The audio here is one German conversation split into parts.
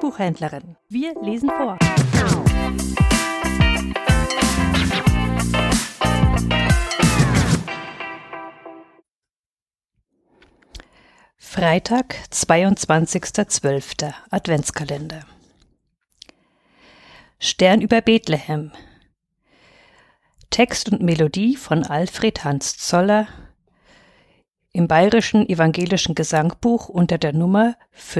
Buchhändlerin. Wir lesen vor. Freitag, 22.12. Adventskalender. Stern über Bethlehem. Text und Melodie von Alfred Hans Zoller im Bayerischen Evangelischen Gesangbuch unter der Nummer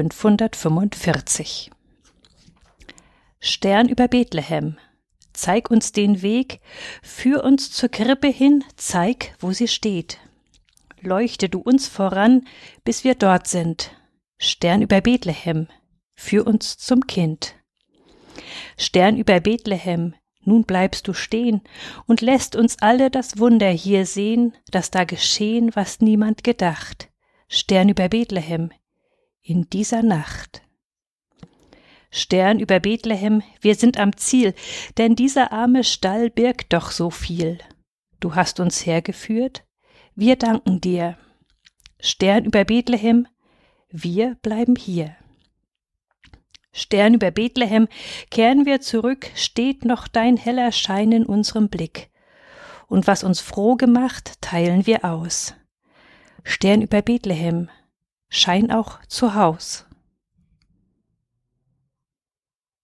545. Stern über Bethlehem, zeig uns den Weg, führ uns zur Krippe hin, zeig, wo sie steht. Leuchte du uns voran, bis wir dort sind. Stern über Bethlehem, führ uns zum Kind. Stern über Bethlehem, nun bleibst du stehen und lässt uns alle das Wunder hier sehen, dass da geschehen, was niemand gedacht. Stern über Bethlehem, in dieser Nacht. Stern über Bethlehem, wir sind am Ziel, denn dieser arme Stall birgt doch so viel. Du hast uns hergeführt, wir danken dir. Stern über Bethlehem, wir bleiben hier. Stern über Bethlehem, kehren wir zurück, steht noch dein heller Schein in unserem Blick. Und was uns froh gemacht, teilen wir aus. Stern über Bethlehem, schein auch zu Haus.